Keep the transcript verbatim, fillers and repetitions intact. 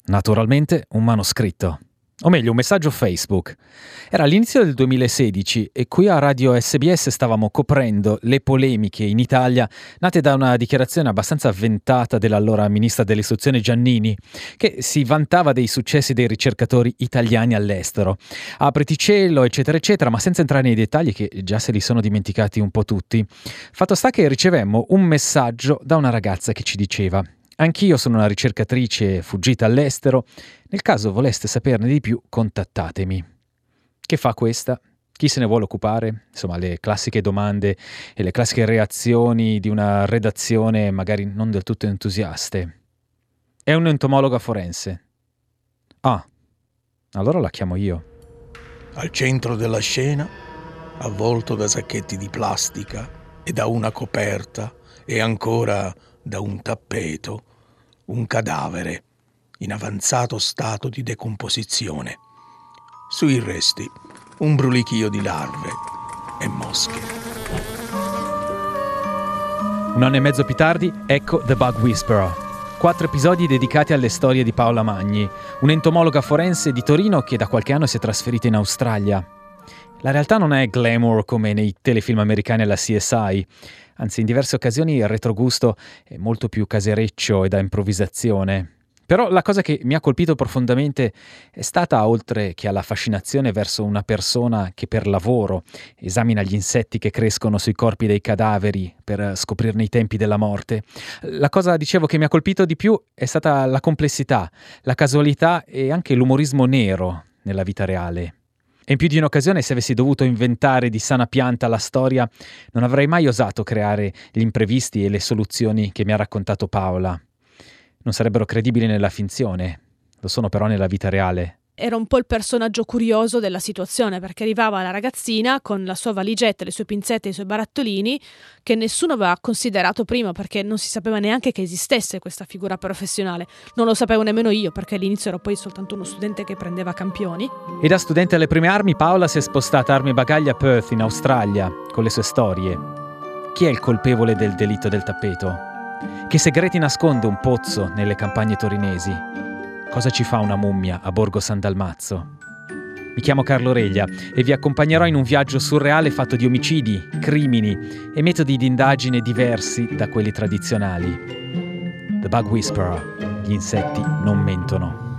Naturalmente un manoscritto, o meglio un messaggio Facebook. Era all'inizio del duemilasedici e qui a Radio S B S stavamo coprendo le polemiche in Italia nate da una dichiarazione abbastanza avventata dell'allora ministra dell'istruzione Giannini, che si vantava dei successi dei ricercatori italiani all'estero. Apriti cielo, eccetera, eccetera, ma senza entrare nei dettagli che già se li sono dimenticati un po' tutti. Fatto sta che ricevemmo un messaggio da una ragazza che ci diceva: anch'io sono una ricercatrice fuggita all'estero. Nel caso voleste saperne di più, contattatemi. Che fa questa? Chi se ne vuole occupare? Insomma, le classiche domande e le classiche reazioni di una redazione magari non del tutto entusiaste. È un'entomologa forense. Ah, allora la chiamo io. Al centro della scena, avvolto da sacchetti di plastica e da una coperta e ancora da un tappeto, un cadavere in avanzato stato di decomposizione. Sui resti un brulichio di larve e mosche. Un anno e mezzo più tardi, ecco The Bug Whisperer. Quattro episodi dedicati alle storie di Paola Magni, un'entomologa forense di Torino che da qualche anno si è trasferita in Australia. La realtà non è glamour come nei telefilm americani alla C S I, anzi in diverse occasioni il retrogusto è molto più casereccio e da improvvisazione. Però la cosa che mi ha colpito profondamente è stata, oltre che alla fascinazione verso una persona che per lavoro esamina gli insetti che crescono sui corpi dei cadaveri per scoprirne i tempi della morte, la cosa, dicevo, che mi ha colpito di più è stata la complessità, la casualità e anche l'umorismo nero nella vita reale. E in più di un'occasione, se avessi dovuto inventare di sana pianta la storia, non avrei mai osato creare gli imprevisti e le soluzioni che mi ha raccontato Paola. Non sarebbero credibili nella finzione, lo sono però nella vita reale. Era un po' il personaggio curioso della situazione, perché arrivava la ragazzina con la sua valigetta, le sue pinzette e i suoi barattolini che nessuno aveva considerato prima, perché non si sapeva neanche che esistesse questa figura professionale. Non lo sapevo nemmeno io, perché all'inizio ero poi soltanto uno studente che prendeva campioni. E da studente alle prime armi Paola si è spostata armi e bagagli a Perth, in Australia, con le sue storie. Chi è il colpevole del delitto del tappeto? Che segreti nasconde un pozzo nelle campagne torinesi? Cosa ci fa una mummia a Borgo San Dalmazzo? Mi chiamo Carlo Reglia e vi accompagnerò in un viaggio surreale fatto di omicidi, crimini e metodi di indagine diversi da quelli tradizionali. The Bug Whisperer, gli insetti non mentono.